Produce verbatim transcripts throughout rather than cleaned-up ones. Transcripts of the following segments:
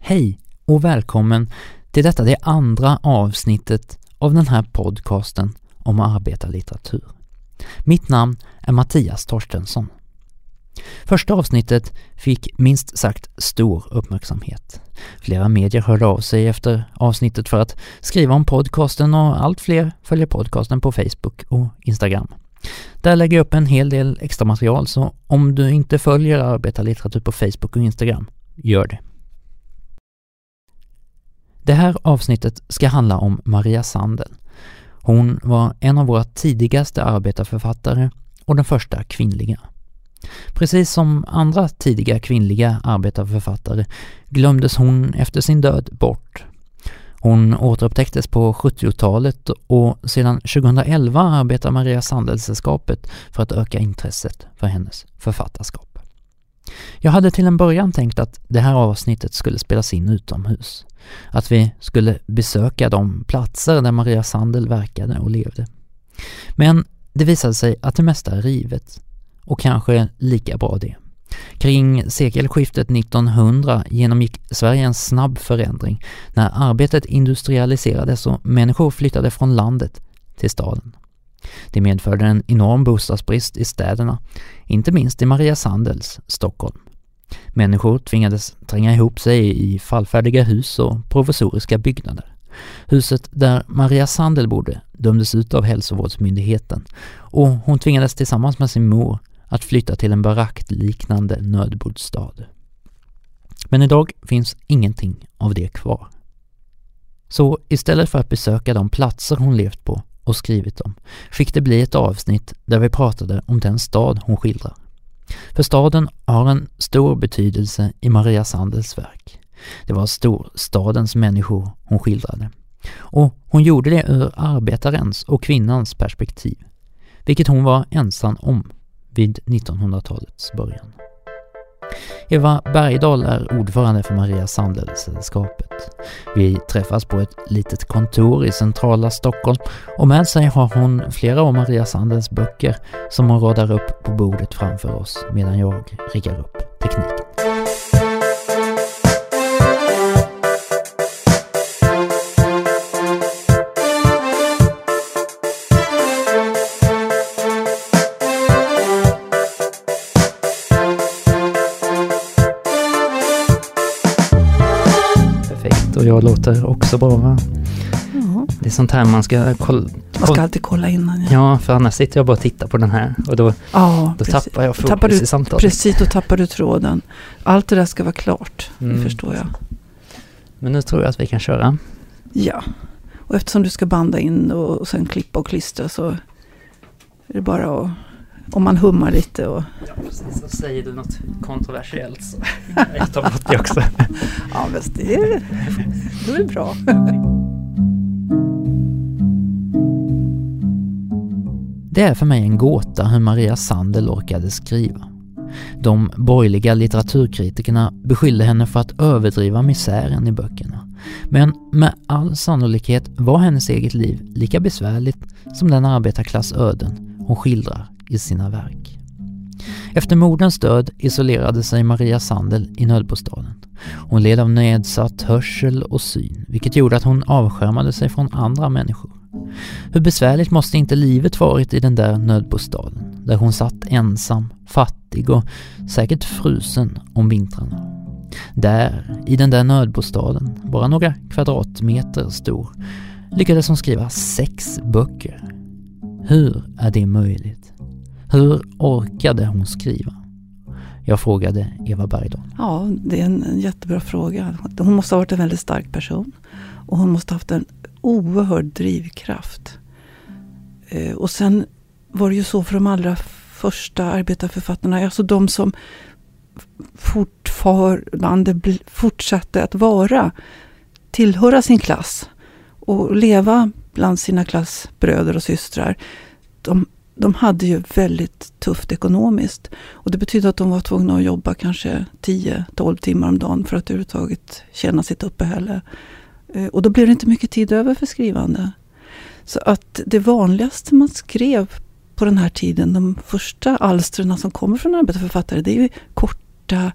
Hej och välkommen till detta det andra avsnittet av den här podcasten om arbetarlitteratur. Mitt namn är Mattias Torstensson. Första avsnittet fick minst sagt stor uppmärksamhet. Flera medier hörde av sig efter avsnittet för att skriva om podcasten och allt fler följer podcasten på Facebook och Instagram. Där lägger jag upp en hel del extra material, så om du inte följer arbetarlitteratur på Facebook och Instagram, gör det. Det här avsnittet ska handla om Maria Sandel. Hon var en av våra tidigaste arbetarförfattare och den första kvinnliga. Precis som andra tidiga kvinnliga arbetarförfattare glömdes hon efter sin död bort. Hon återupptäcktes på sjuttiotalet och sedan tjugoelva arbetar Maria Sandel-sällskapet för att öka intresset för hennes författarskap. Jag hade till en början tänkt att det här avsnittet skulle spelas in utomhus. Att vi skulle besöka de platser där Maria Sandel verkade och levde. Men det visade sig att det mesta är rivet. Och kanske lika bra det. Kring sekelskiftet nittonhundra genomgick Sverige en snabb förändring när arbetet industrialiserades och människor flyttade från landet till staden. Det medförde en enorm bostadsbrist i städerna, inte minst i Maria Sandels Stockholm. Människor tvingades tränga ihop sig i fallfärdiga hus och provisoriska byggnader. Huset där Maria Sandel bodde dömdes ut av hälsovårdsmyndigheten och hon tvingades tillsammans med sin mor att flytta till en barackliknande nödbostad. Men idag finns ingenting av det kvar. Så istället för att besöka de platser hon levt på och skrivit om, fick det bli ett avsnitt där vi pratade om den stad hon skildrar. För staden har en stor betydelse i Maria Sandels verk. Det var storstadens människor hon skildrade. Och hon gjorde det ur arbetarens och kvinnans perspektiv, vilket hon var ensam om vid nittonhundratalets början. Eva Bergdahl är ordförande för Maria Sandel-sällskapet. Vi träffas på ett litet kontor i centrala Stockholm och med sig har hon flera av Maria Sandels böcker som hon radar upp på bordet framför oss medan jag riggar upp tekniken. Och jag låter också bra, va? Mm. Det är sånt här man ska kolla. Man ska alltid kolla innan. Ja, ja, för annars sitter jag bara och tittar på den här. Och då, ja, då tappar jag fokus tappar du, i samtalet. Precis, då tappar du tråden. Allt det där ska vara klart, mm. det förstår jag. Men nu tror jag att vi kan köra. Ja, och eftersom du ska banda in och sen klippa och klistra så är det bara att, om man hummar lite och... Ja, precis. Så säger du något kontroversiellt så jag tar bort det också. Ja, visst, det är, det är bra. Det är för mig en gåta hur Maria Sandel orkade skriva. De borgerliga litteraturkritikerna beskyllde henne för att överdriva misären i böckerna. Men med all sannolikhet var hennes eget liv lika besvärligt som den arbetarklassöden hon skildrar i sina verk. Efter moderns död isolerade sig Maria Sandel i nödbostaden. Hon led av nedsatt hörsel och syn, vilket gjorde att hon avskärmade sig från andra människor. Hur besvärligt måste inte livet varit i den där nödbostaden, där hon satt ensam, fattig och säkert frusen om vintrarna. Där, i den där nödbostaden, bara några kvadratmeter stor, lyckades hon skriva sex böcker. Hur är det möjligt? Hur orkade hon skriva? Jag frågade Eva Bergdahl. Ja, det är en, en jättebra fråga. Hon måste ha varit en väldigt stark person. Och hon måste ha haft en oerhörd drivkraft. Eh, och sen var det ju så för de allra första arbetarförfattarna. Alltså de som fortfarande fortsatte att vara, tillhöra sin klass. Och leva bland sina klassbröder och systrar. De, de hade ju väldigt tufft ekonomiskt. Och det betyder att de var tvungna att jobba kanske tio till tolv timmar om dagen för att överhuvudtaget tjäna sitt uppehälle. Och då blev det inte mycket tid över för skrivande. Så att det vanligaste man skrev på den här tiden, de första alstrarna som kommer från arbetarförfattare, det är ju korta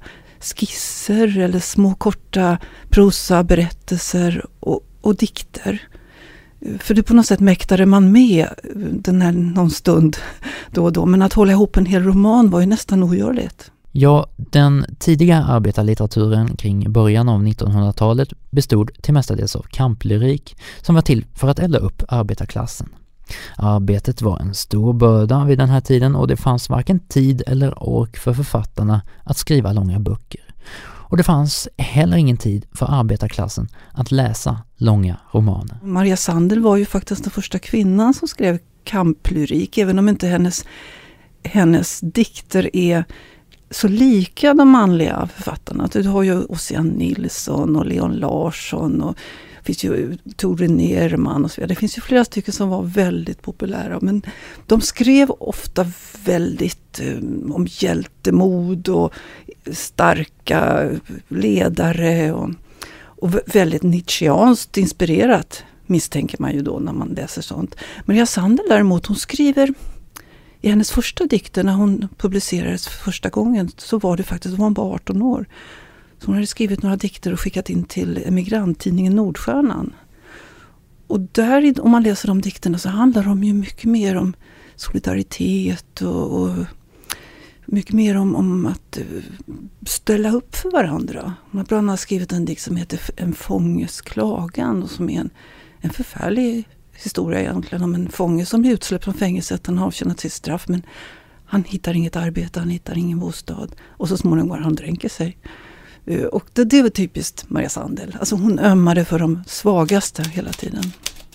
skisser eller små korta prosa, berättelser och, och dikter. För det på något sätt mäktade man med den här någon stund då och då. Men att hålla ihop en hel roman var ju nästan ogörligt. Ja, den tidiga arbetarlitteraturen kring början av nittonhundratalet bestod till mestadels av kamplyrik som var till för att elda upp arbetarklassen. Arbetet var en stor börda vid den här tiden och det fanns varken tid eller ork för författarna att skriva långa böcker. Och det fanns heller ingen tid för arbetarklassen att läsa långa romaner. Maria Sandel var ju faktiskt den första kvinnan som skrev kamplyrik, även om inte hennes, hennes dikter är så lika de manliga författarna. Du har ju Ossian Nilsson och Leon Larsson och det finns ju Tore Nerman och så vidare. Det finns ju flera stycken som var väldigt populära, men de skrev ofta väldigt um, om hjältemod och starka ledare och, och väldigt nietzscheanskt inspirerat, misstänker man ju då när man läser sånt. Maria Sandel däremot, hon skriver i hennes första dikter när hon publicerades för första gången, så var det faktiskt, hon var arton år. Så hon hade skrivit några dikter och skickat in till emigranttidningen Nordstjärnan. Och där, om man läser de dikterna, så handlar de ju mycket mer om solidaritet och, och mycket mer om, om att ställa upp för varandra. Hon har bland annat skrivit en dikt som heter En fånges klagan och som är en, en förfärlig historia egentligen om en fånge som är utsläppt från fängelset. Han har avtjänat sitt straff, men han hittar inget arbete, han hittar ingen bostad och så småningom går han dränker sig. Och det, det var typiskt Maria Sandel. Alltså hon ömmade för de svagaste hela tiden.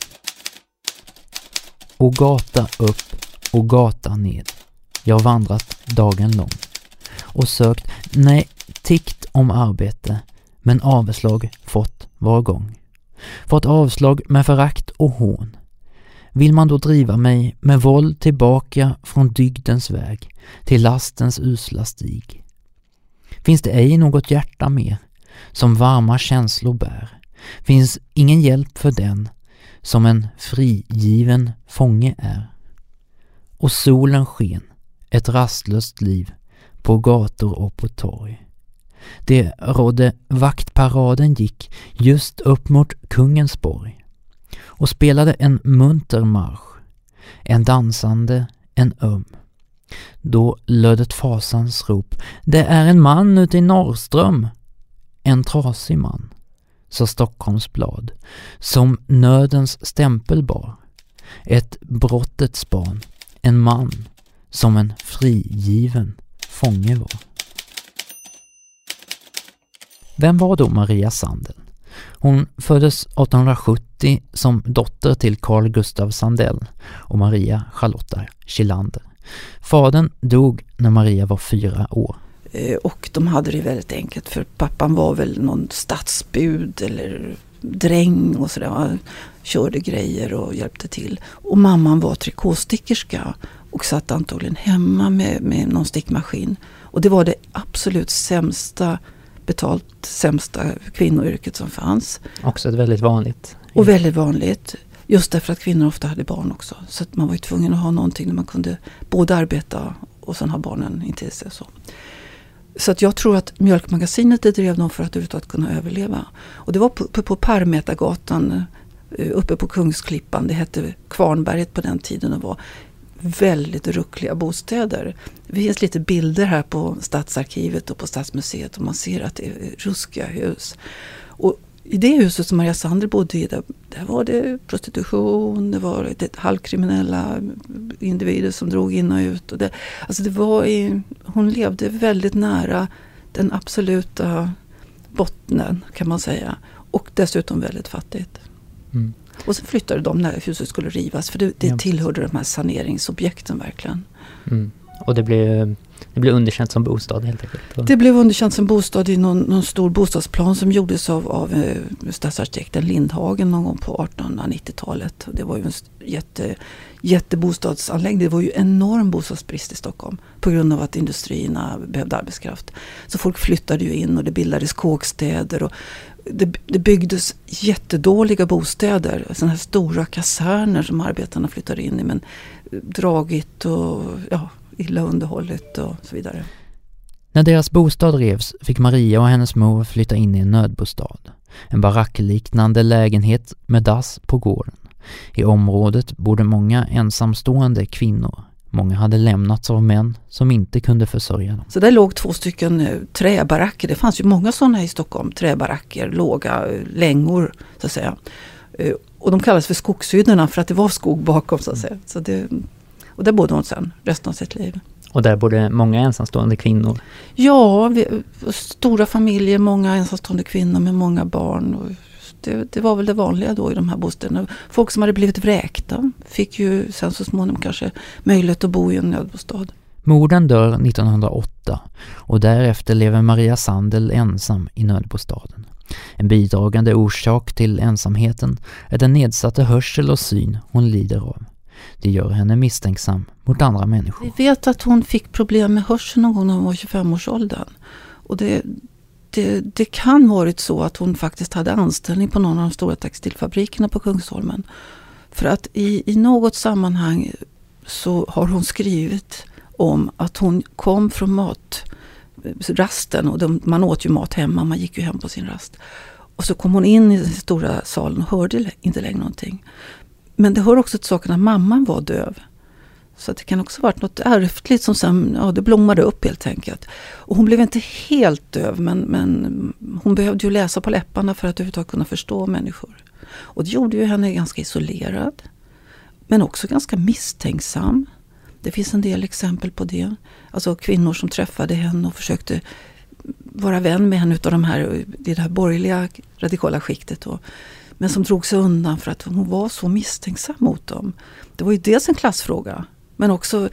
Och gata upp och gata ned. Jag har vandrat dagen lång och sökt, nej, tickt om arbete, men avslag fått var gång. Fått avslag med förakt och hån. Vill man då driva mig med våld tillbaka från dygdens väg till lastens usla stig? Finns det ej något hjärta mer som varma känslor bär? Finns ingen hjälp för den som en frigiven fånge är? Och solen sken, ett rastlöst liv på gator och på torg. Det rådde vaktparaden gick just upp mot kungens borg och spelade en munter marsch, en dansande, en öm. Då löd ett fasans rop, det är en man ute i Norrström, en trasig man, sa Stockholms blad, som nödens stämpel bar, ett brottets barn, en man som en frigiven fånge var. Vem var då Maria Sandel? Hon föddes artonhundrasjuttio som dotter till Carl Gustav Sandell och Maria Charlotta Kilander. Fadern dog när Maria var fyra år. Och de hade det väldigt enkelt, för pappan var väl någon stadsbud eller dräng och sådär. Körde grejer och hjälpte till. Och mamman var trikåstickerska och satt antagligen hemma med, med någon stickmaskin. Och det var det absolut sämsta betalt sämsta kvinnoyrket som fanns. Också ett väldigt vanligt. Och väldigt vanligt. Just därför att kvinnor ofta hade barn också. Så att man var ju tvungen att ha någonting där man kunde både arbeta och sen ha barnen intill sig. Så. Så att jag tror att Mjölkmagasinet det drev dem för att överhuvudtaget kunna överleva. Och det var uppe på Parmetagatan, uppe på Kungsklippan. Det hette Kvarnberget på den tiden och var väldigt ruckliga bostäder. Det finns lite bilder här på Stadsarkivet och på Stadsmuseet och man ser att det är ruskiga hus. Och i det huset som Maria Sandel bodde i, där, där var det prostitution, det var det halvkriminella individer som drog in och ut. Och det, alltså det var i, hon levde väldigt nära den absoluta bottnen kan man säga. Och dessutom väldigt fattigt. Mm. Och sen flyttade de när huset skulle rivas. För det, det ja. tillhörde de här saneringsobjekten verkligen. Mm. Och det blev, det blev underkänt som bostad helt enkelt? Det blev underkänt som bostad i någon, någon stor bostadsplan som gjordes av, av eh, stadsarkitekten Lindhagen någon gång på artonhundranittiotalet. Det var ju en jätte, jättebostadsanläggning. Det var ju enorm bostadsbrist i Stockholm på grund av att industrierna behövde arbetskraft. Så folk flyttade ju in och det bildades kåkstäder och Det, det byggdes jättedåliga bostäder, sådana här stora kaserner som arbetarna flyttade in i, men dragit och ja, illa underhållet och så vidare. När deras bostad revs fick Maria och hennes mor flytta in i en nödbostad. En barackliknande lägenhet med dass på gården. I området bodde många ensamstående kvinnor. Många hade lämnats av män som inte kunde försörja dem. Så där låg två stycken träbaracker. Det fanns ju många sådana i Stockholm. Träbaracker, låga längor så att säga. Och de kallas för skogshydderna för att det var skog bakom så att säga. Så det, och där bodde hon sen resten av sitt liv. Och där bodde många ensamstående kvinnor? Ja, vi, stora familjer, många ensamstående kvinnor med många barn. Och det, det var väl det vanliga då i de här bostäderna. Folk som hade blivit vräkta fick ju sen så småningom kanske möjlighet att bo i en nödbostad. Modern dör nittonhundraåtta och därefter lever Maria Sandel ensam i nödbostaden. En bidragande orsak till ensamheten är den nedsatta hörsel och syn hon lider av. Det gör henne misstänksam mot andra människor. Vi vet att hon fick problem med hörseln någon gång när hon var tjugofem-årsåldern. Och det, det, det kan varit så att hon faktiskt hade anställning på någon av de stora textilfabrikerna på Kungsholmen. För att i, i något sammanhang så har hon skrivit om att hon kom från matrasten. Och de, man åt ju mat hemma, man gick ju hem på sin rast. Och så kom hon in i den stora salen och hörde inte längre någonting. Men det hör också till saken att mamman var döv. Så att det kan också ha varit något ärftligt som sen, ja, det blommade upp helt enkelt. Och hon blev inte helt döv, men, men hon behövde ju läsa på läpparna för att överhuvudtaget kunna förstå människor. Och det gjorde ju henne ganska isolerad, men också ganska misstänksam. Det finns en del exempel på det. Alltså kvinnor som träffade henne och försökte vara vän med henne utav de här, det här borgerliga radikala skiktet då. Men som drog sig undan för att hon var så misstänksam mot dem. Det var ju dels en klassfråga. Men också,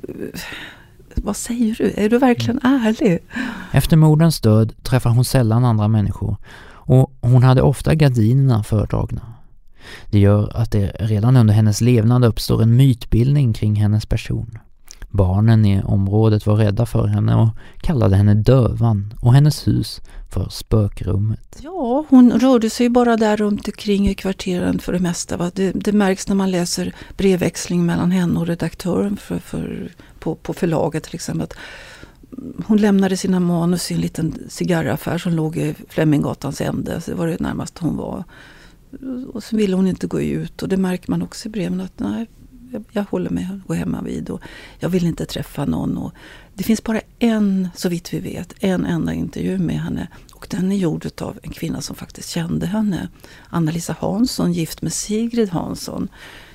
vad säger du? Är du verkligen ärlig? Efter moderns död träffar hon sällan andra människor. Och hon hade ofta gardinerna fördragna. Det gör att det redan under hennes levnad uppstår en mytbildning kring hennes person. Barnen i området var rädda för henne och kallade henne dövan och hennes hus för spökrummet. Ja, hon rörde sig bara där runt omkring i kvarteren för det mesta. Va? Det, det märks när man läser brevväxling mellan henne och redaktören för, för, på, på förlaget till exempel. Att hon lämnade sina manus i en liten cigarraffär som låg i Fleminggatans ände. Så det var det närmast hon var. Och så ville hon inte gå ut, och det märker man också i breven att nej, jag håller mig och går hemma vid och jag vill inte träffa någon. Och det finns bara en, så vitt vi vet, en enda intervju med henne, och den är gjord av en kvinna som faktiskt kände henne. Anna-Lisa Hansson, gift med Sigrid Hansson,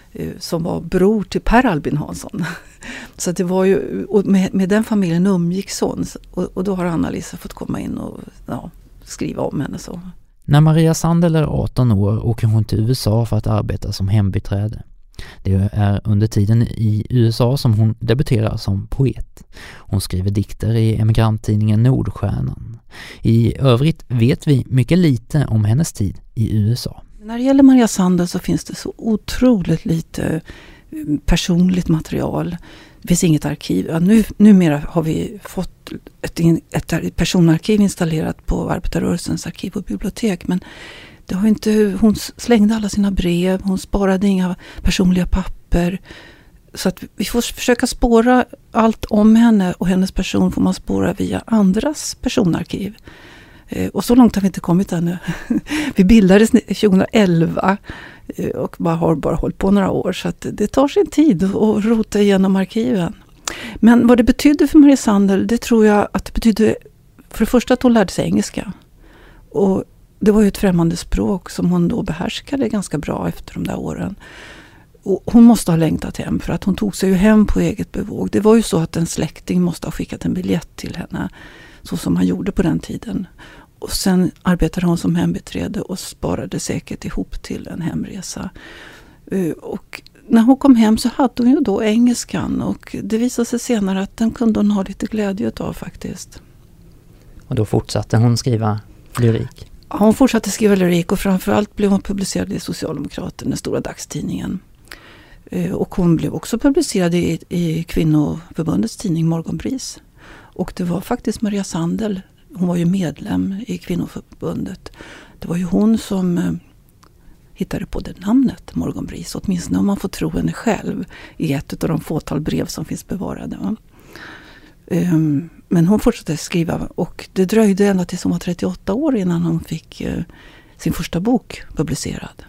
som var bror till Per Albin Hansson. Så det var ju, och med, med den familjen umgicks hon, och, och då har Anna-Lisa fått komma in och ja, skriva om henne så. När Maria Sandel är arton år åker hon till U S A för att arbeta som hembiträde. Det är under tiden i U S A som hon debuterar som poet. Hon skriver dikter i emigranttidningen Nordstjärnan. I övrigt vet vi mycket lite om hennes tid i U S A. När det gäller Maria Sandel så finns det så otroligt lite personligt material. Det finns inget arkiv. Ja, nu, numera har vi fått ett, ett personarkiv installerat på Arbetarrörelsens arkiv och bibliotek, men det har inte, hon slängde alla sina brev, hon sparade inga personliga papper. Så att vi får försöka spåra allt om henne, och hennes person får man spåra via andras personarkiv. Eh, och så långt har vi inte kommit ännu. Vi bildades tjugoelva och bara har bara hållit på några år, så att det tar sin tid att rota igenom arkiven. Men vad det betydde för Maria Sandel, det tror jag att det betydde för det första att hon lärde sig engelska. Och det var ju ett främmande språk som hon då behärskade ganska bra efter de där åren. Och hon måste ha längtat hem, för att hon tog sig ju hem på eget bevåg. Det var ju så att en släkting måste ha skickat en biljett till henne, så som man gjorde på den tiden. Och sen arbetade hon som hembiträde och sparade säkert ihop till en hemresa. Och när hon kom hem så hade hon ju då engelskan, och det visade sig senare att den kunde hon ha lite glädje av faktiskt. Och då fortsatte hon skriva lyrik? Ja, hon fortsatte skriva lyrik, och framförallt blev hon publicerad i Socialdemokraten, den stora dagstidningen. Och hon blev också publicerad i, i kvinnoförbundets tidning Morgonbris. Och det var faktiskt Maria Sandel, hon var ju medlem i kvinnoförbundet. Det var ju hon som eh, hittade på det namnet Morgonbris, åtminstone om man får tro henne själv, i ett av de fåtal brev som finns bevarade. Va? Um, men hon fortsatte skriva och det dröjde ända tills hon var trettioåtta år innan hon fick uh, sin första bok publicerad.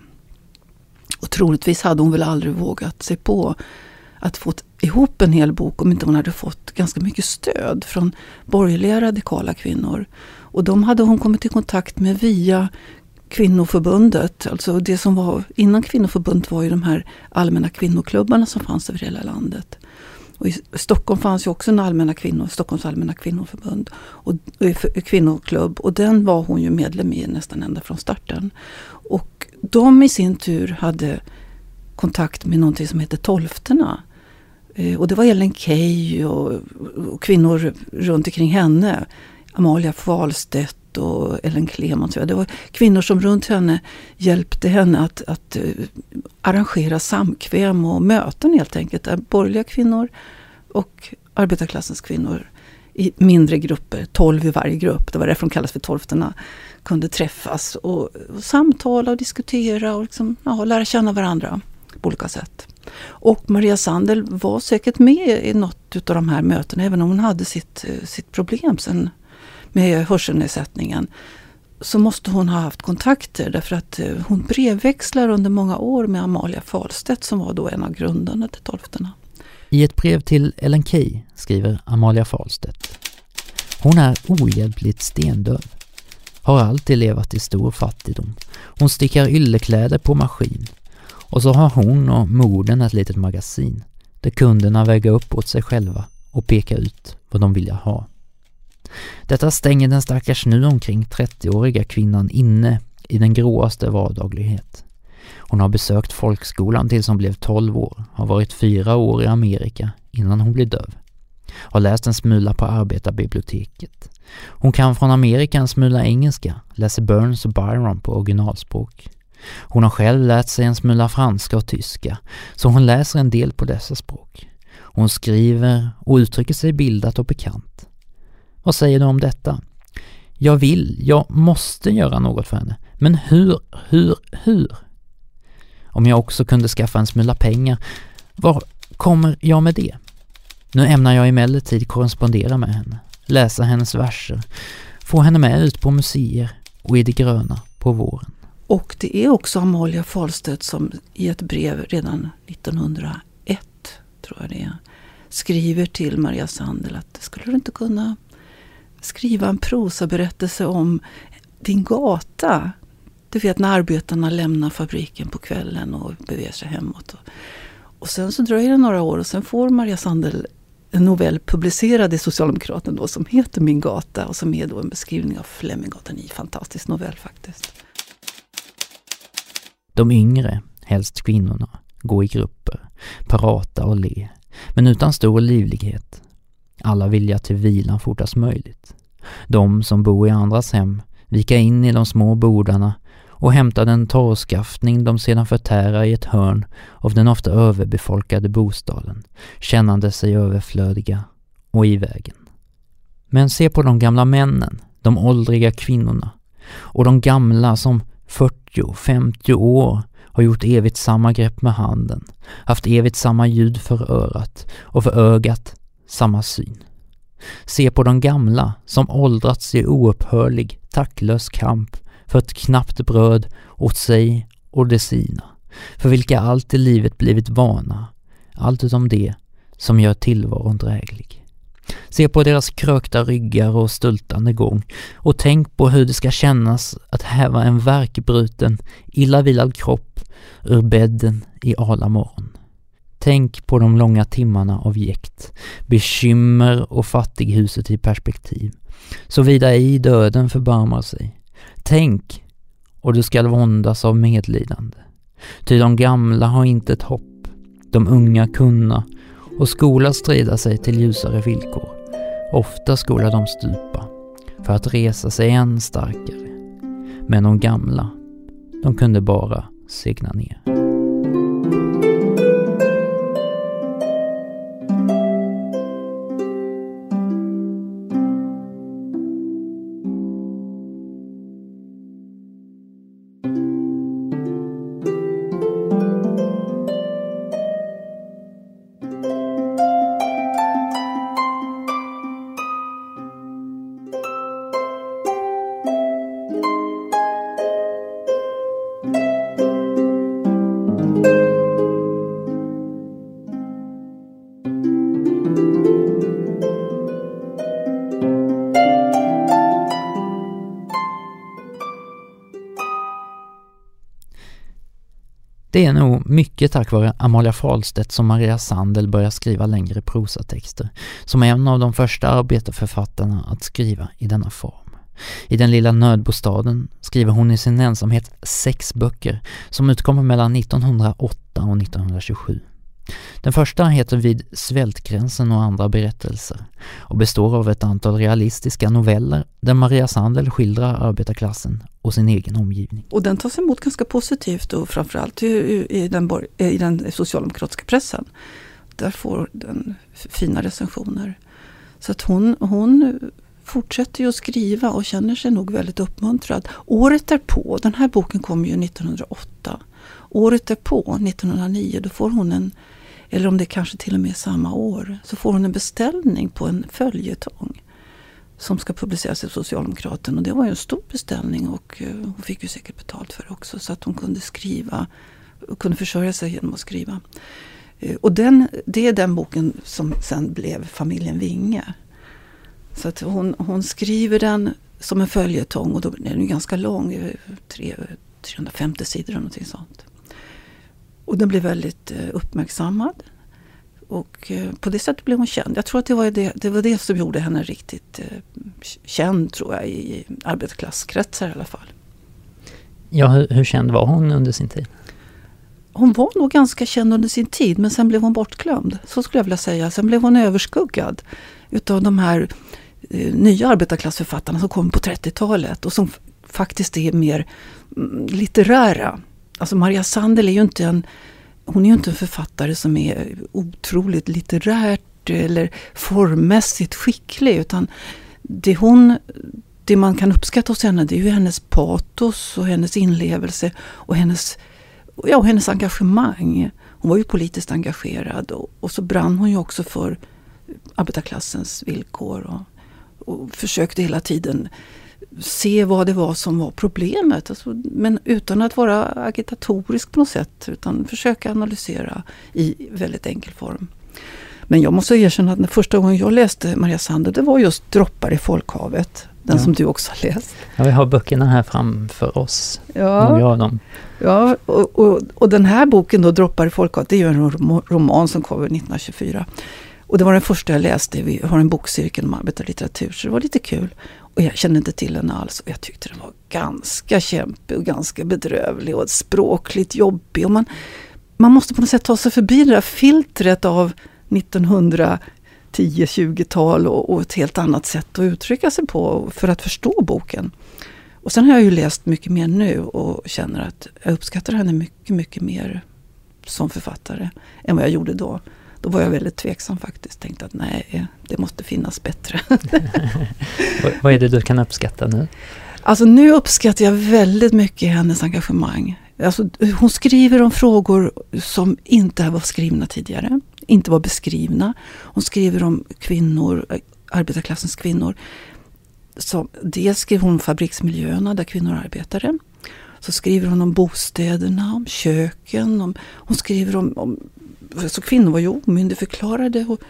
Och troligtvis hade hon väl aldrig vågat sig på att få ihop en hel bok om inte hon hade fått ganska mycket stöd från borgerliga radikala kvinnor. Och de hade hon kommit i kontakt med via kvinnoförbundet. Alltså det som var innan kvinnoförbundet var ju de här allmänna kvinnoklubbarna som fanns över hela landet. Och i Stockholm fanns ju också en allmänna kvinnor, Stockholms allmänna kvinnoförbund och, och kvinnoklubb. Och den var hon ju medlem i nästan ända från starten. Och de i sin tur hade kontakt med någonting som heter Tolfterna. Eh, och det var Ellen Key och, och kvinnor runt omkring henne. Amalia Fahlstedt och Ellen Clemens. Det var kvinnor som runt henne hjälpte henne att, att uh, arrangera samkväm och möten helt enkelt. Där borgerliga kvinnor och arbetarklassens kvinnor i mindre grupper, tolv i varje grupp, det var därför de kallas för tolfterna, kunde träffas och, och samtala och diskutera och liksom, ja, lära känna varandra på olika sätt. Och Maria Sandel var säkert med i något av de här mötena, även om hon hade sitt, sitt problem sen med hörselnedsättningen, så måste hon ha haft kontakter därför att hon brevväxlar under många år med Amalia Fahlstedt som var då en av grundarna till Tolfterna. I ett brev till Ellen Key skriver Amalia Fahlstedt: hon är ohjälpligt stendöv. Har alltid levat i stor fattigdom. Hon stickar yllekläder på maskin. Och så har hon och modern ett litet magasin där kunderna väger upp åt sig själva och pekar ut vad de vill ha. Detta stänger den stackars nu omkring trettioåriga kvinnan inne i den gråaste vardaglighet. Hon har besökt folkskolan tills hon blev tolv år, har varit fyra år i Amerika innan hon blev döv. Har läst en smula på arbetarbiblioteket. Hon kan från Amerika en smula engelska, läser Burns och Byron på originalspråk. Hon har själv lärt sig en smula franska och tyska, så hon läser en del på dessa språk. Hon skriver och uttrycker sig bildat och bekant. Vad säger du om detta? Jag vill, jag måste göra något för henne. Men hur, hur, hur? Om jag också kunde skaffa en smula pengar, var kommer jag med det? Nu ämnar jag emellertid korrespondera med henne, läsa hennes verser, få henne med ut på museer och i det gröna på våren. Och det är också Amalia Fahlstedt som i ett brev redan nittonhundraett, tror jag det är, skriver till Maria Sandel att skulle du inte kunna skriva en prosaberättelse om din gata? Du vet när arbetarna lämnar fabriken på kvällen och beger sig hemåt. Och sen så dröjer det några år och sen får Maria Sandel en novell publicerad i Socialdemokraten då som heter Min gata och som är då en beskrivning av Fleminggatan, i fantastisk novell faktiskt. De yngre, helst kvinnorna, går i grupper, prata och le, men utan stor livlighet. Alla vilja till vilan fortast möjligt. De som bor i andras hem vika in i de små bordarna och hämta den torrskaffning de sedan förtärar i ett hörn av den ofta överbefolkade bostaden, kännande sig överflödiga och i vägen. Men se på de gamla männen, de åldriga kvinnorna och de gamla som fyrtio femtio år har gjort evigt samma grepp med handen, haft evigt samma ljud för örat och för ögat samma syn. Se på de gamla som åldrats i oupphörlig, tacklös kamp för ett knappt bröd åt sig och det sina, för vilka allt i livet blivit vana, allt utom det som gör tillvaron dräglig. Se på deras krökta ryggar och stultande gång och tänk på hur det ska kännas att häva en värkbruten, illavilad kropp ur bädden i ala morgon. Tänk på de långa timmarna av jäkt, bekymmer och fattighuset i perspektiv, såvida i döden förbarmar sig. Tänk, och du skall våndas av medlidande. Ty de gamla har inte ett hopp, de unga kunna, och skola strida sig till ljusare villkor. Ofta skola de stupa, för att resa sig än starkare. Men de gamla, de kunde bara segna ner. Det är nog mycket tack vare Amalia Fahlstedt som Maria Sandel börjar skriva längre prosatexter, som är en av de första arbetarförfattarna att skriva i denna form. I Den lilla nödbostaden skriver hon i sin ensamhet sex böcker som utkommer mellan nittonhundraåtta och nittonhundratjugosju. Den första heter Vid svältgränsen och andra berättelser och består av ett antal realistiska noveller där Maria Sandel skildrar arbetarklassen och sin egen omgivning. Och den tas emot ganska positivt och framförallt i, i, den, i den socialdemokratiska pressen. Där får den fina recensioner. Så att hon, hon fortsätter ju att skriva och känner sig nog väldigt uppmuntrad. Året därpå, den här boken kom ju nittonhundraåtta. Året därpå, nittonhundranio, då får hon en, eller om det kanske till och med samma år, så får hon en beställning på en följetong som ska publiceras i Socialdemokraten. Och det var ju en stor beställning och hon fick ju säkert betalt för det också, så att hon kunde skriva och kunde försörja sig genom att skriva. Och den, det är den boken som sen blev Familjen Winge. Så att hon, hon skriver den som en följetong och då är den ju ganska lång, tre, trehundrafemtio sidor eller någonting sånt. Och den blev väldigt eh, uppmärksammad. Och eh, på det sättet blev hon känd. Jag tror att det var det, det, var det som gjorde henne riktigt eh, känd, tror jag, i, i arbetarklasskretsar i alla fall. Ja, hur, hur känd var hon under sin tid? Hon var nog ganska känd under sin tid, men sen blev hon bortglömd. Så skulle jag vilja säga. Sen blev hon överskuggad utav de här eh, nya arbetarklassförfattarna som kom på trettiotalet och som f- faktiskt är mer mm, litterära. Alltså Maria Sandel är ju inte en, hon är ju inte en författare som är otroligt litterärt eller formmässigt skicklig, utan det hon, det man kan uppskatta hos henne, det är ju hennes patos och hennes inlevelse och hennes, ja, och hennes engagemang. Hon var ju politiskt engagerad och, och så brann hon ju också för arbetarklassens villkor och, och försökte hela tiden se vad det var som var problemet. Alltså, men utan att vara agitatorisk på något sätt, utan försöka analysera i väldigt enkel form. Men jag måste erkänna att den första gången jag läste Maria Sandel, det var just Droppar i folkhavet. Den ja. Som du också har läst. Ja, vi har böckerna här framför oss. Ja, några av dem. Ja, och, och, och den här boken då, Droppar i folkhavet, det är ju en roman som kom nittonhundratjugofyra. Och det var den första jag läste. Vi har en bokcirkel om arbetarlitteratur, så det var lite kul. Och jag kände inte till den alls. Och jag tyckte den var ganska kämpig och ganska bedrövlig och språkligt jobbig. Och man, man måste på något sätt ta sig förbi det där filtret av nittonhundratio tjugotal och, och ett helt annat sätt att uttrycka sig på för att förstå boken. Och sen har jag ju läst mycket mer nu och känner att jag uppskattar henne mycket, mycket mer som författare än vad jag gjorde då. Då var jag väldigt tveksam faktiskt. Tänkte att nej, det måste finnas bättre. Vad är det du kan uppskatta nu? Alltså nu uppskattar jag väldigt mycket hennes engagemang. Alltså, hon skriver om frågor som inte var skrivna tidigare. Inte var beskrivna. Hon skriver om kvinnor, arbetarklassens kvinnor. Så dels skriver hon om fabriksmiljöerna där kvinnor arbetade. Så skriver hon om bostäderna, om köken. Om, hon skriver om... om så kvinnor var ju omyndigförklarade och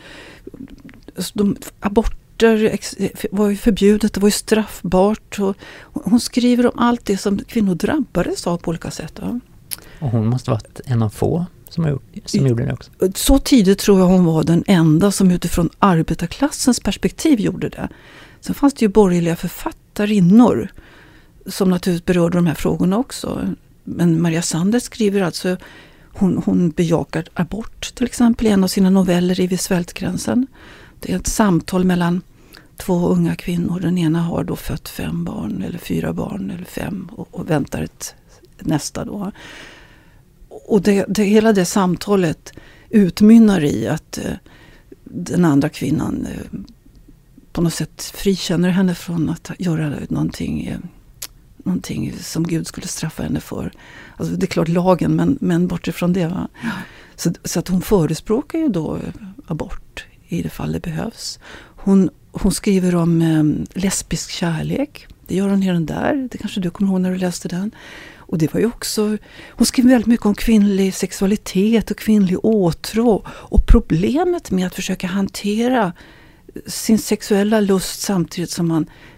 de, aborter var ju förbjudet, det var ju straffbart. Och hon skriver om allt det som kvinnor drabbades av på olika sätt. Ja. Och hon måste varit en av få som, gjort, som gjorde det också. Så tidigt tror jag hon var den enda som utifrån arbetarklassens perspektiv gjorde det. Sen fanns det ju borgerliga författarinnor som naturligtvis berörde de här frågorna också. Men Maria Sandel skriver alltså... Hon, hon bejakar abort till exempel i en av sina noveller i Vid svältgränsen. Det är ett samtal mellan två unga kvinnor. Den ena har då fött fem barn eller fyra barn eller fem och, och väntar ett nästa då. Och det, det, hela det samtalet utmynnar i att eh, den andra kvinnan eh, på något sätt frikänner henne från att göra någonting... Eh, någonting som Gud skulle straffa henne för. Alltså det är klart lagen, men, men bortifrån det. Va? Så, så att hon förespråkar ju då abort i det fall det behövs. Hon, hon skriver om eh, lesbisk kärlek. Det gör hon redan där. Det kanske du kommer ihåg när du läste den. Och det var ju också... Hon skriver väldigt mycket om kvinnlig sexualitet och kvinnlig åtrå. Och problemet med att försöka hantera sin sexuella lust samtidigt som man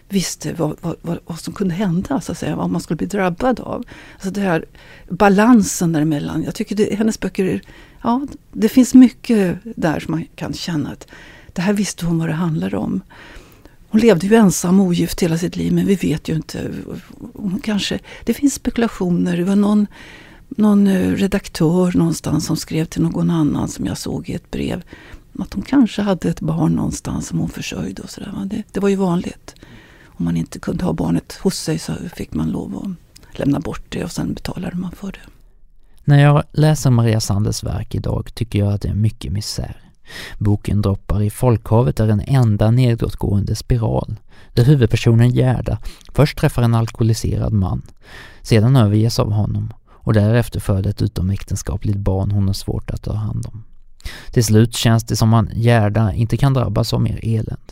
visste vad, vad, vad, vad som kunde hända, så att säga, vad man skulle bli drabbad av. Alltså det här balansen däremellan. Jag tycker det, hennes böcker, ja, det finns mycket där som man kan känna att det här visste hon vad det handlar om. Hon levde ju ensam och ogift hela sitt liv, men vi vet ju inte. Hon kanske, det finns spekulationer. Det var någon, någon redaktör någonstans som skrev till någon annan, som jag såg i ett brev, att hon kanske hade ett barn någonstans som hon försörjde och sådär. Det, det var ju vanligt. Om man inte kunde ha barnet hos sig så fick man lov att lämna bort det och sen betalade man för det. När jag läser Maria Sandels verk idag tycker jag att det är mycket misär. Boken Droppar i folkhavet är en enda nedåtgående spiral där huvudpersonen Gerda först träffar en alkoholiserad man, sedan överges av honom och därefter föder ett utomäktenskapligt barn hon har svårt att ta hand om. Till slut känns det som att Gerda inte kan drabbas av mer elände.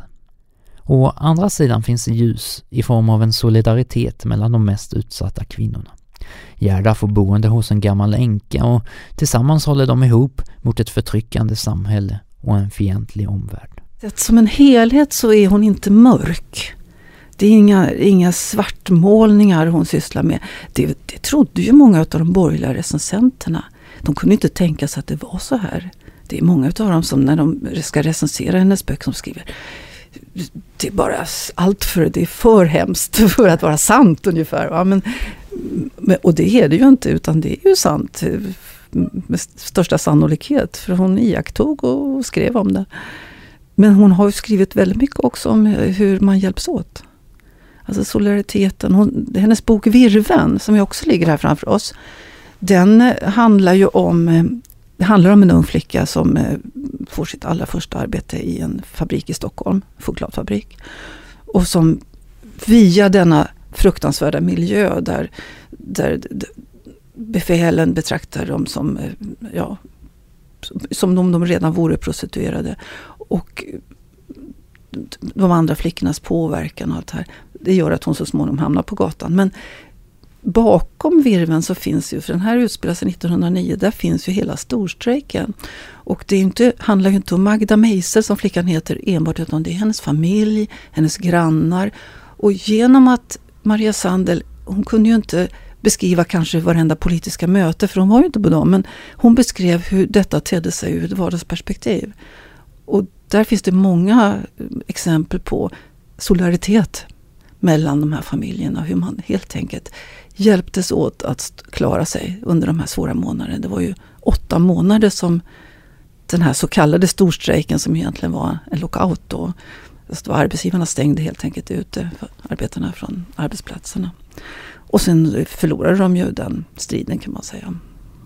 Å andra sidan finns ljus i form av en solidaritet mellan de mest utsatta kvinnorna. Gerda får boende hos en gammal änka och tillsammans håller de ihop mot ett förtryckande samhälle och en fientlig omvärld. Som en helhet så är hon inte mörk. Det är inga, inga svartmålningar hon sysslar med. Det, det trodde ju många av de borgerliga recensenterna. De kunde inte tänka sig att det var så här. Det är många av dem som när de ska recensera hennes böcker som skriver, det är bara allt för det är för hemskt för att vara sant ungefär. Ja, men, och det är det ju inte, utan det är ju sant med största sannolikhet, för hon iakttog och skrev om det. Men hon har ju skrivit väldigt mycket också om hur man hjälps åt. Alltså solidariteten. Hon, hennes bok Virven, som ju också ligger här framför oss, den handlar ju om, det handlar om en ung flicka som får sitt allra första arbete i en fabrik i Stockholm, chokladfabrik. Och som via denna fruktansvärda miljö där, där befälen betraktar dem som, ja, som om de redan vore prostituerade. Och de andra flickornas påverkan och allt det här, det gör att hon så småningom hamnar på gatan. Men bakom Virven så finns ju, för den här utspelar sig nittonhundranio, där finns ju hela storstrejken. Och det är inte, handlar ju inte om Magda Meiser som flickan heter enbart, utan det är hennes familj, hennes grannar. Och genom att Maria Sandel, hon kunde ju inte beskriva kanske varenda politiska möte, för hon var ju inte på dem, men hon beskrev hur detta tedde sig ur ett vardagsperspektiv. Och där finns det många exempel på solidaritet mellan de här familjerna, hur man helt enkelt hjälptes åt att klara sig under de här svåra månaderna. Det var ju åtta månader som den här så kallade storstrejken, som egentligen var en lockout då, så arbetsgivarna stängde helt enkelt ute för arbetarna från arbetsplatserna. Och sen förlorade de ju den striden, kan man säga.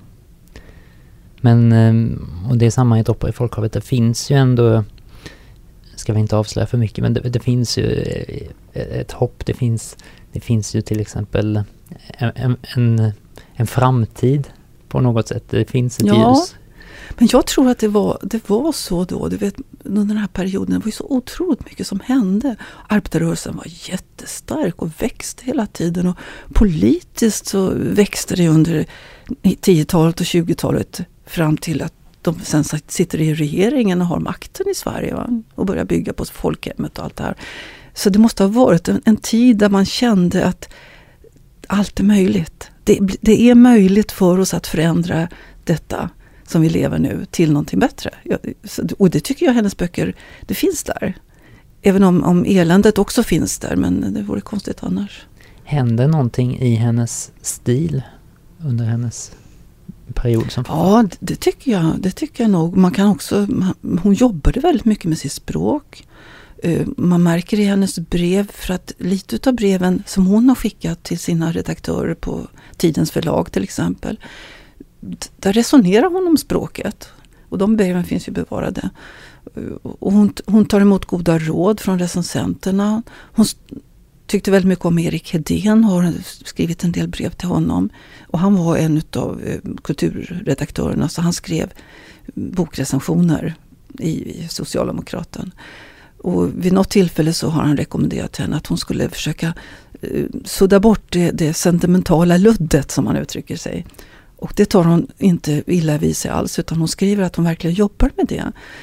Men, och det är samma i Droppar i folkhavet, det finns ju ändå, ska vi inte avslöja för mycket, men det, det finns ju ett hopp, det finns, det finns ju till exempel en, en, en framtid på något sätt, det finns ett ja, ljus. Men jag tror att det var, det var så då, du vet, under den här perioden, det var ju så otroligt mycket som hände. Arbetarrörelsen var jättestark och växte hela tiden, och politiskt så växte det under tiotalet och tjugotalet fram till att de sen sitter i regeringen och har makten i Sverige, va? Och börjar bygga på folkhemmet och allt det här. Så det måste ha varit en, en tid där man kände att allt är möjligt. Det, det är möjligt för oss att förändra detta som vi lever nu till någonting bättre. Och det tycker jag hennes böcker, det finns där. Även om, om eländet också finns där, men det vore konstigt annars. Hände någonting i hennes stil under hennes period som författare? Ja, det tycker jag, det tycker jag nog. Man kan också, hon jobbade väldigt mycket med sitt språk. Man märker i hennes brev, för att lite av breven som hon har skickat till sina redaktörer på Tidens förlag till exempel, där resonerar hon om språket. Och de breven finns ju bevarade. Och hon, hon tar emot goda råd från recensenterna. Hon tyckte väldigt mycket om Erik Hedén, har skrivit en del brev till honom. Och han var en av kulturredaktörerna, så han skrev bokrecensioner i Socialdemokraten. Och vid något tillfälle så har han rekommenderat henne att hon skulle försöka sudda bort det, det sentimentala luddet, som man uttrycker sig. Och det tar hon inte illa vid sig alls, utan hon skriver att hon verkligen jobbar med det.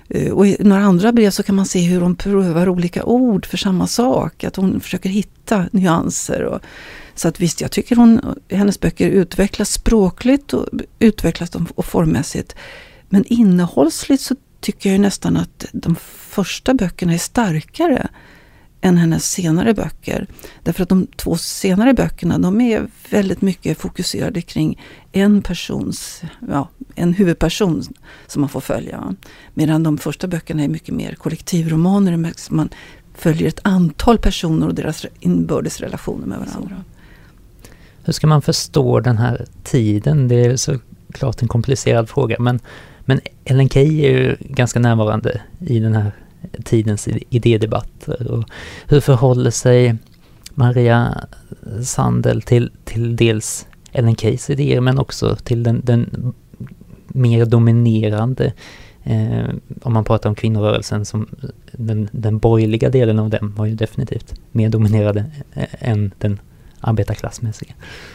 Och i några andra brev så kan man se hur hon prövar olika ord för samma sak. Att hon försöker hitta nyanser. Och, så att visst, jag tycker hon, hennes böcker utvecklas språkligt och utvecklas och formmässigt. Men innehållsligt så tycker jag nästan att de första böckerna är starkare än hennes senare böcker. Därför att de två senare böckerna, de är väldigt mycket fokuserade kring en persons, ja, en huvudperson som man får följa. Medan de första böckerna är mycket mer kollektivromaner. Man följer ett antal personer och deras inbördes relationer med varandra. Hur ska man förstå den här tiden? Det är såklart en komplicerad fråga. Men, men Ellen Key är ju ganska närvarande i den här tidens idédebatter. Och hur förhåller sig Maria Sandel till, till dels Ellen Keys idéer men också till den, den mer dominerande, eh, om man pratar om kvinnorörelsen, som den, den borgerliga delen av den var ju definitivt mer dominerade än den arbetarklassmässiga.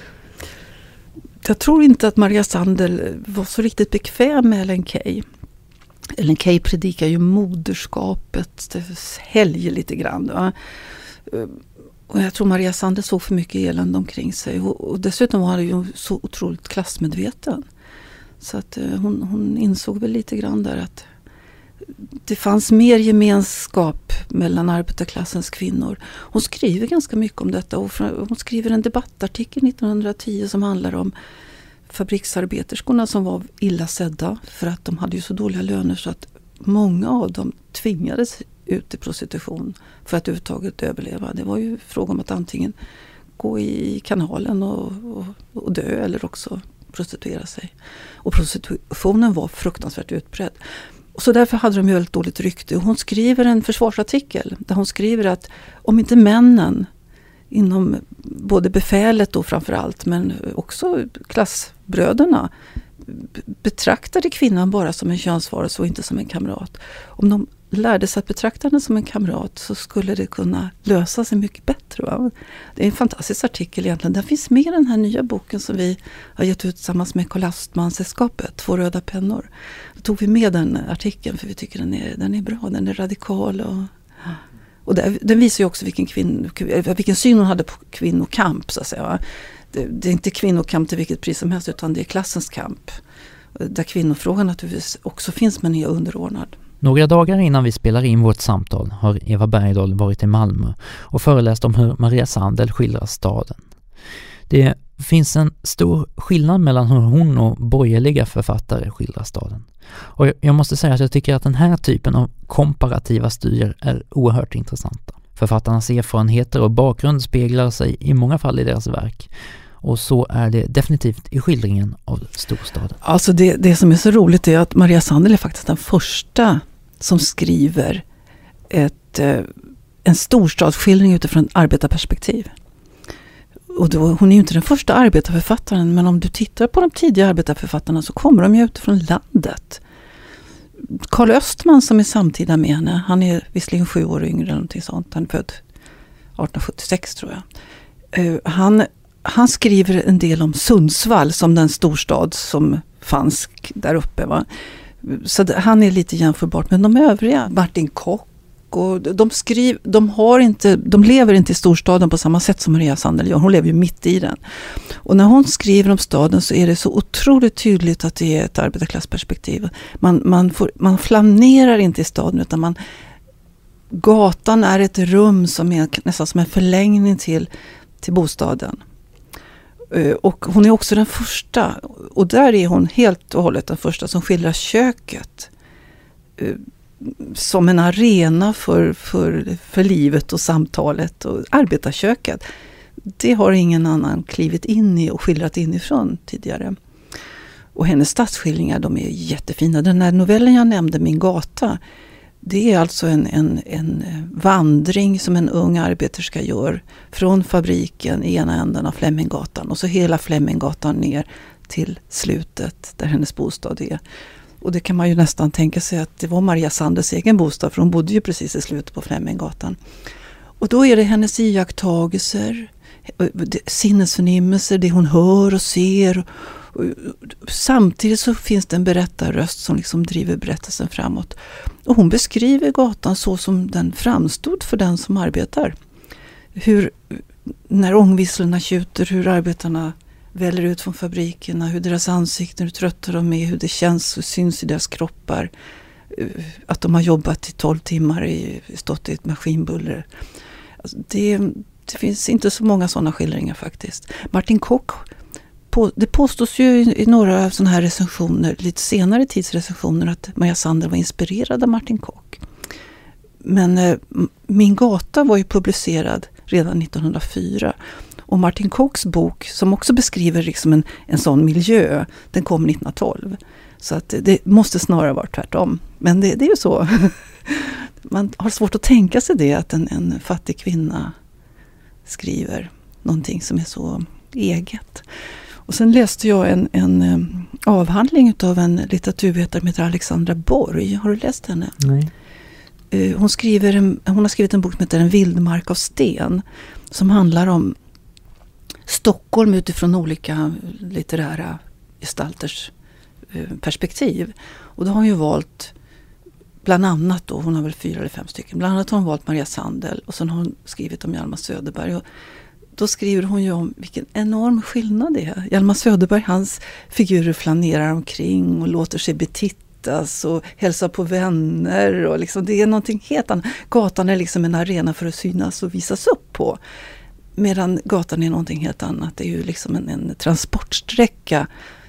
Jag tror inte att Maria Sandel var så riktigt bekväm med Ellen Key. Ellen Key predikar ju moderskapet, helger lite grann. Va? Och jag tror Maria Sandel såg för mycket elände omkring sig. Och, och dessutom var hon ju så otroligt klassmedveten. Så att hon, hon insåg väl lite grann där att det fanns mer gemenskap mellan arbetarklassens kvinnor. Hon skriver ganska mycket om detta. Och hon skriver en debattartikel nittonhundratio som handlar om fabriksarbeterskorna som var illa sedda för att de hade ju så dåliga löner så att många av dem tvingades ut i prostitution för att överhuvudtaget överleva. Det var ju fråga om att antingen gå i kanalen och, och, och dö eller också prostituera sig. Och prostitutionen var fruktansvärt utbredd. Och så därför hade de ju väldigt dåligt rykte. Och hon skriver en försvarsartikel där hon skriver att om inte männen inom både befälet då framförallt men också klassbröderna betraktade kvinnan bara som en könsvarelse och inte som en kamrat. Om de lärde sig att betrakta henne som en kamrat så skulle det kunna lösa sig mycket bättre. Va? Det är en fantastisk artikel egentligen. Den finns med i den här nya boken som vi har gett ut tillsammans med Karl Astman-sällskapet, Två röda pennor. Då tog vi med den artikeln för vi tycker den är, den är bra, den är radikal och... Och där, den visar ju också vilken, kvinn, vilken syn hon hade på kvinnokamp så att säga. Va? Det, det är inte kvinnokamp till vilket pris som helst utan det är klassens kamp. Där kvinnofrågan naturligtvis också finns men är underordnad. Några dagar innan vi spelar in vårt samtal har Eva Bergdahl varit i Malmö och föreläst om hur Maria Sandel skildrar staden. Det finns en stor skillnad mellan hur hon och borgerliga författare skildrar staden. Och jag måste säga att jag tycker att den här typen av komparativa studier är oerhört intressanta. Författarnas erfarenheter och bakgrund speglar sig i många fall i deras verk. Och så är det definitivt i skildringen av storstaden. Alltså det, det som är så roligt är att Maria Sandel är faktiskt den första som skriver ett, en storstadsskildring utifrån ett arbetarperspektiv. Och då, hon är ju inte den första arbetarförfattaren, men om du tittar på de tidiga arbetarförfattarna så kommer de ju utifrån landet. Karl Östman som är samtida med henne, han är visserligen sju år yngre eller någonting sånt, han är född arton sjuttiosex tror jag. Uh, han, han skriver en del om Sundsvall som den storstad som fanns där uppe. Va? Så det, han är lite jämförbart med de övriga. Martin Kock. Och de, skriv, de, har inte, de lever inte i storstaden på samma sätt som Maria Sandel gör. Hon lever ju mitt i den. Och när hon skriver om staden så är det så otroligt tydligt att det är ett arbetarklassperspektiv. Man, man, får, man flanerar inte i staden utan man, gatan är ett rum som är nästan som en förlängning till, till bostaden. Och hon är också den första, och där är hon helt och hållet den första som skildrar köket som en arena för, för, för livet och samtalet och arbetarköket. Det har ingen annan klivit in i och skildrat inifrån tidigare. Och hennes stadsskildringar, de är jättefina. Den här novellen jag nämnde, Min gata, det är alltså en, en, en vandring som en ung arbeterska gör från fabriken i ena änden av Fleminggatan och så hela Fleminggatan ner till slutet där hennes bostad är. Och det kan man ju nästan tänka sig att det var Maria Sandels egen bostad, för hon bodde ju precis i slutet på Fleminggatan. Och då är det hennes iakttagelser, sinnesförnimmelser, det hon hör och ser. Samtidigt så finns det en berättarröst som liksom driver berättelsen framåt. Och hon beskriver gatan så som den framstod för den som arbetar. Hur, när ångvisslorna tjuter, hur arbetarna väller ut från fabrikerna, hur deras ansikten, hur trötta de är, hur det känns och syns i deras kroppar. Att de har jobbat i tolv timmar, i, stått i ett maskinbuller. Alltså det, det finns inte så många sådana skildringar faktiskt. Martin Koch, på, det påstås ju i, i några sådana här recensioner, lite senare tidsrecensioner, att Maria Sandel var inspirerad av Martin Koch. Men eh, Min gata var ju publicerad redan nittonhundrafyra. Och Martin Kochs bok, som också beskriver liksom en, en sån miljö, den kom nittonhundratolv. Så att det måste snarare vara tvärtom. Men det, det är ju så. Man har svårt att tänka sig det, att en, en fattig kvinna skriver någonting som är så eget. Och sen läste jag en, en avhandling av en litteraturvetare som heter Alexandra Borg. Har du läst henne? Nej. Hon, skriver en, hon har skrivit en bok som heter En vildmark av sten, som handlar om Stockholm utifrån olika litterära gestalters perspektiv. Och då har hon ju valt bland annat då, hon har väl fyra eller fem stycken, bland annat har hon valt Maria Sandel och sen har hon skrivit om Hjalmar Söderberg. Och då skriver hon ju om vilken enorm skillnad det är. Hjalmar Söderberg, hans figurer flanerar omkring och låter sig betittas och hälsa på vänner och liksom, det är någonting helt annat. Gatan är liksom en arena för att synas och visas upp på. Medan gatan är någonting helt annat. Det är ju liksom en, en transportsträcka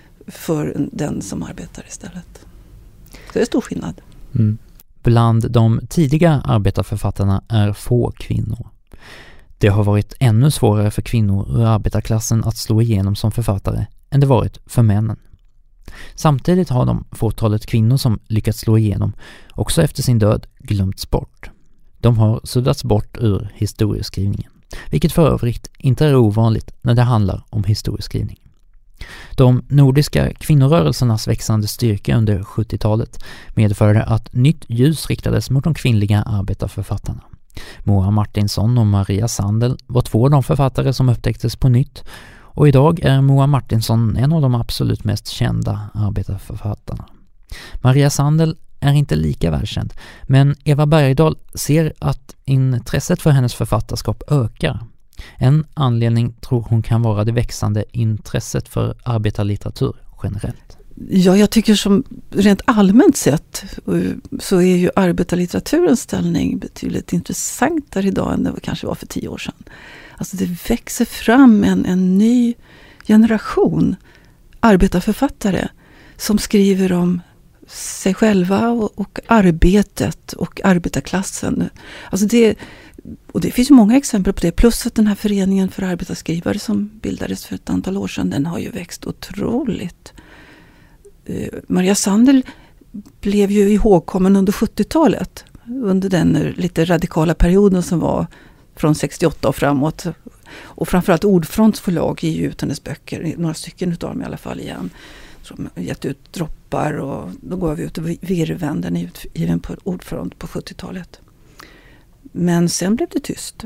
för den som arbetar istället. Så det är stor skillnad. Mm. Bland de tidiga arbetarförfattarna är få kvinnor. Det har varit ännu svårare för kvinnor ur arbetarklassen att slå igenom som författare än det varit för männen. Samtidigt har de fåtalet kvinnor som lyckats slå igenom också efter sin död glömts bort. De har suddats bort ur historieskrivningen, vilket för övrigt inte är ovanligt när det handlar om historieskrivning. De nordiska kvinnorörelsernas växande styrka under sjuttiotalet medförde att nytt ljus riktades mot de kvinnliga arbetarförfattarna. Moa Martinsson och Maria Sandel var två av de författare som upptäcktes på nytt, och idag är Moa Martinsson en av de absolut mest kända arbetarförfattarna. Maria Sandel är inte lika välkänd, men Eva Bergdahl ser att intresset för hennes författarskap ökar. En anledning tror hon kan vara det växande intresset för arbetarlitteratur generellt. Ja, jag tycker som rent allmänt sett så är ju arbetarlitteraturens ställning betydligt intressantare idag än det kanske var för tio år sedan. Alltså det växer fram en, en ny generation arbetarförfattare som skriver om sig själva och, och arbetet och arbetarklassen. Alltså det, och det finns många exempel på det. Plus att den här föreningen för arbetarskrivare som bildades för ett antal år sedan, den har ju växt otroligt. Uh, Maria Sandel blev ju ihågkommen under sjuttiotalet. Under den lite radikala perioden som var från sextioåtta och framåt. Och framförallt Ordfronts förlag ger ju ut hennes böcker, några stycken utav dem i alla fall igen. Som gett ut droppar, och då går vi ut och virven, den är utgiven på Ordfront på sjuttiotalet. Men sen blev det tyst.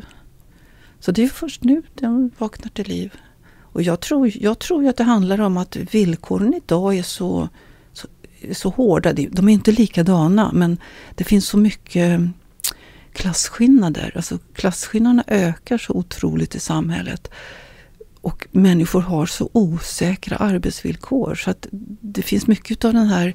Så det är först nu den vaknar till liv. Och jag tror, jag tror att det handlar om att villkoren idag är så, så, så hårda. De är inte likadana, men det finns så mycket klasskillnader. Alltså klasskillnaderna ökar så otroligt i samhället. Och människor har så osäkra arbetsvillkor. Så att det finns mycket av den här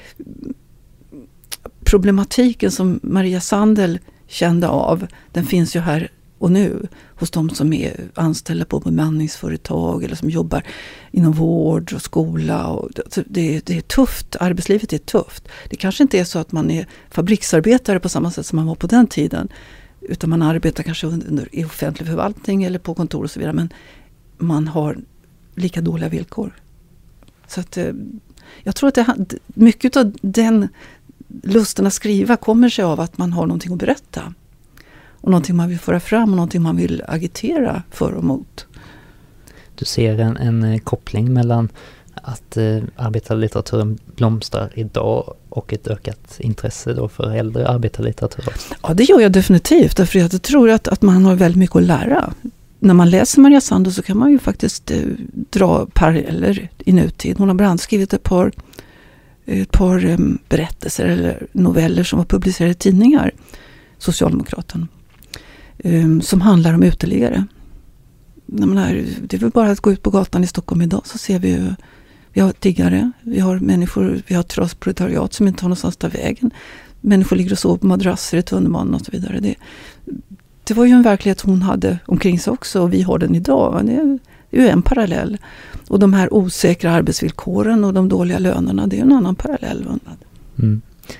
problematiken som Maria Sandel kände av. Den finns ju här och nu hos de som är anställda på bemanningsföretag eller som jobbar inom vård och skola. Och det, det är tufft, arbetslivet är tufft. Det kanske inte är så att man är fabriksarbetare på samma sätt som man var på den tiden, utan man arbetar kanske under, i offentlig förvaltning eller på kontor och så vidare, men man har lika dåliga villkor. Så att jag tror att det, mycket av den lusten att skriva kommer sig av att man har någonting att berätta. Och någonting man vill föra fram och någonting man vill agitera för och mot. Du ser en, en koppling mellan att eh, arbetarlitteraturen blomstrar idag och ett ökat intresse då för äldre arbetarlitteratur? Ja, det gör jag definitivt. Därför att jag tror att, att man har väldigt mycket att lära. när man läser Maria Sandel så kan man ju faktiskt eh, dra paralleller i nutid. Hon har bland annat skrivit ett par, ett par eh, berättelser eller noveller som var publicerade i tidningar, Socialdemokraten, eh, som handlar om uteliggare. Jag menar, det är väl bara att gå ut på gatan i Stockholm idag så ser vi ju, vi har tiggare, vi har människor, vi har trasproletariat som inte har någonstans att ta vägen. Människor ligger och sover på madrasser i tunnelbanan och så vidare. Det, det var ju en verklighet hon hade omkring sig också och vi har den idag. Det är ju en parallell. Och de här osäkra arbetsvillkoren och de dåliga lönerna, det är en annan parallell. Mm.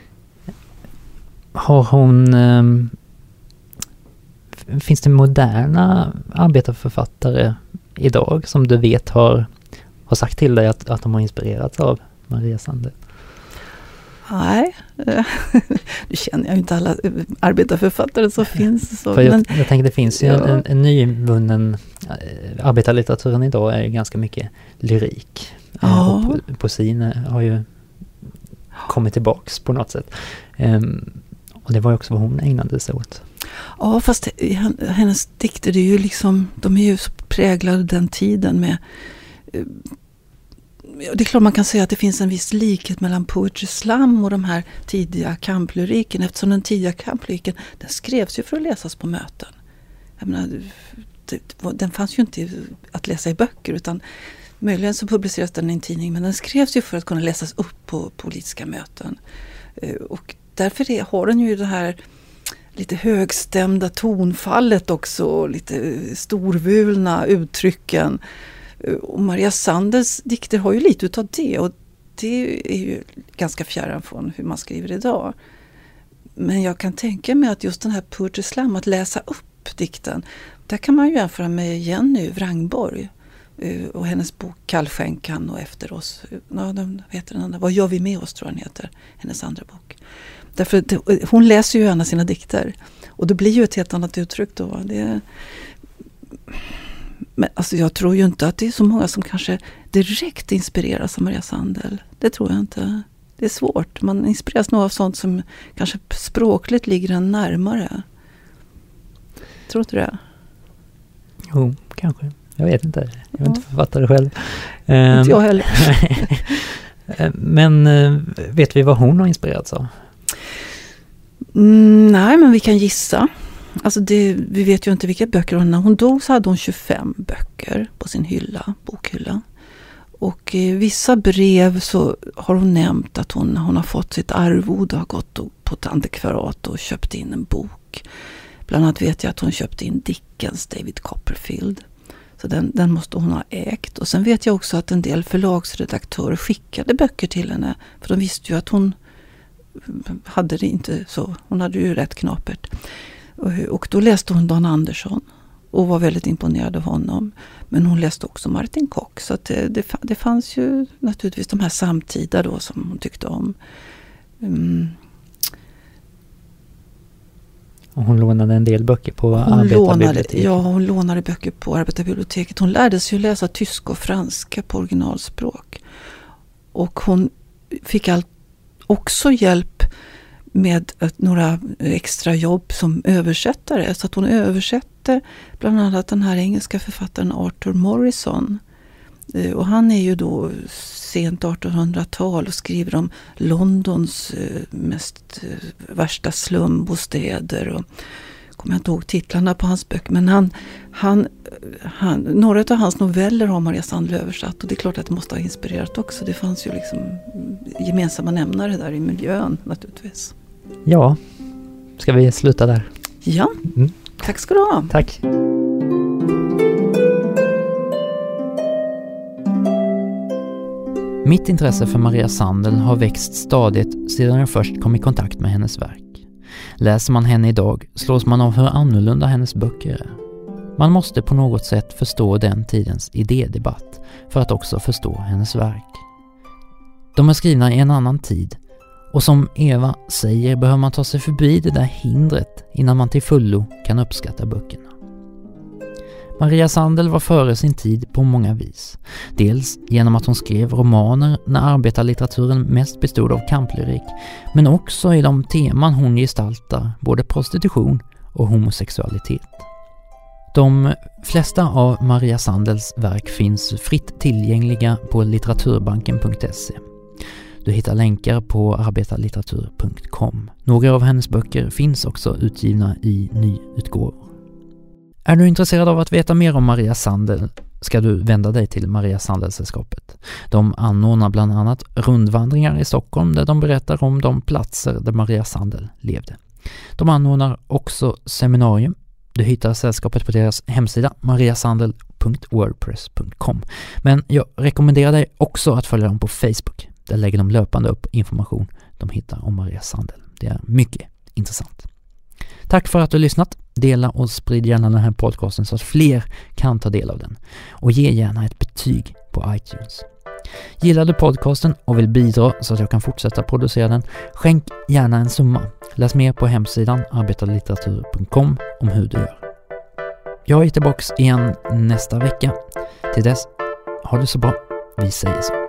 Har hon... Um, finns det moderna arbetarförfattare idag som du vet har, har sagt till dig att, att de har inspirerats av Maria Sandel? Nej, nu känner jag inte alla arbetarförfattare som finns. Så. För jag, Men, jag tänker det finns ju ja. en, en nyvunnen, arbetarlitteraturen idag är ju ganska mycket lyrik. Ja. Och po- poesin har ju kommit tillbaks på något sätt. Um, och det var ju också vad hon ägnade sig åt. Ja, fast hennes dikter, det är ju liksom, de är ju så präglade den tiden med... Det är klart man kan säga att det finns en viss likhet mellan poetry slam och de här tidiga kamplyriken, eftersom den tidiga kamplyriken, den skrevs ju för att läsas på möten. Jag menar, det, den fanns ju inte att läsa i böcker, utan möjligen så publiceras den i en tidning, men den skrevs ju för att kunna läsas upp på politiska möten. Och därför är, har den ju det här lite högstämda tonfallet också, lite storvulna uttrycken. Och Maria Sandels dikter har ju lite utav det, och det är ju ganska fjärran från hur man skriver idag. Men jag kan tänka mig att just den här poetry slam, att läsa upp dikten, där kan man ju jämföra med Jenny Wrangborg och hennes bok Kallskänkan och Efter oss. Ja, den heter den andra. Vad gör vi med oss, tror jag den heter, hennes andra bok. Därför det, hon läser ju gärna sina dikter, och det blir ju ett helt annat uttryck då. Det, men alltså jag tror ju inte att det är så många som kanske direkt inspireras av Maria Sandel. Det tror jag inte. Det är svårt. Man inspireras nog av sånt som kanske språkligt ligger en närmare. Tror inte det? Jo, kanske. Jag vet inte. Jag är ja. inte författare själv. Inte jag heller. Men vet vi vad hon har inspirerats av? Mm, nej, men vi kan gissa. Alltså det, vi vet ju inte vilka böcker hon... När hon dog så hade hon tjugofem böcker på sin hylla, bokhylla. Och i vissa brev så har hon nämnt att hon, hon har fått sitt arvode, har gått på ett antikvarat och köpt in en bok. Bland annat vet jag att hon köpte in Dickens David Copperfield. Så den, den måste hon ha ägt. Och sen vet jag också att en del förlagsredaktörer skickade böcker till henne. För de visste ju att hon hade det inte så. Hon hade ju rätt knapert. Och, och då läste hon Dan Andersson och var väldigt imponerad av honom. Men hon läste också Martin Kock. Så att det, det, det fanns ju naturligtvis de här samtida då som hon tyckte om. Mm. Och hon lånade en del böcker på arbetarbiblioteket. Ja, hon lånade böcker på arbetarbiblioteket. Hon lärde sig ju läsa tyska och franska på originalspråk. Och hon fick allt också hjälp med ett, några extra jobb som översättare. Så att hon översätter bland annat den här engelska författaren Arthur Morrison. Och han är ju då sent artonhundratal och skriver om Londons mest värsta slumbostäder. Och kommer jag inte ihåg titlarna på hans böcker. Men han, han, han, några av hans noveller har Maria Sandel översatt. Och det är klart att det måste ha inspirerat också. Det fanns ju liksom gemensamma nämnare där i miljön naturligtvis. Ja, ska vi sluta där? Ja, mm. Tack ska du ha. Tack. Mitt intresse för Maria Sandel har växt stadigt sedan jag först kom i kontakt med hennes verk. Läser man henne idag slås man av hur annorlunda hennes böcker är. Man måste på något sätt förstå den tidens idédebatt för att också förstå hennes verk. De är skrivna i en annan tid, och som Eva säger behöver man ta sig förbi det där hindret innan man till fullo kan uppskatta böckerna. Maria Sandel var före sin tid på många vis. Dels genom att hon skrev romaner när arbetarlitteraturen mest bestod av kamplyrik, men också i de teman hon gestaltar, både prostitution och homosexualitet. De flesta av Maria Sandels verk finns fritt tillgängliga på litteraturbanken punkt se. Du hittar länkar på arbetarlitteratur punkt com. Några av hennes böcker finns också utgivna i nyutgåvor. Är du intresserad av att veta mer om Maria Sandel ska du vända dig till Maria Sandel-sällskapet. De anordnar bland annat rundvandringar i Stockholm där de berättar om de platser där Maria Sandel levde. De anordnar också seminarium. Du hittar sällskapet på deras hemsida mariasandel punkt wordpress punkt com. Men jag rekommenderar dig också att följa dem på Facebook. Där lägger de löpande upp information de hittar om Maria Sandel. Det är mycket intressant. Tack för att du har lyssnat. Dela och sprid gärna den här podcasten så att fler kan ta del av den. Och ge gärna ett betyg på iTunes. Gillar du podcasten och vill bidra så att jag kan fortsätta producera den, skänk gärna en summa. Läs mer på hemsidan arbetarlitteratur punkt com om hur du gör. Jag är tillbaka igen nästa vecka. Till dess, ha det så bra. Vi säger så.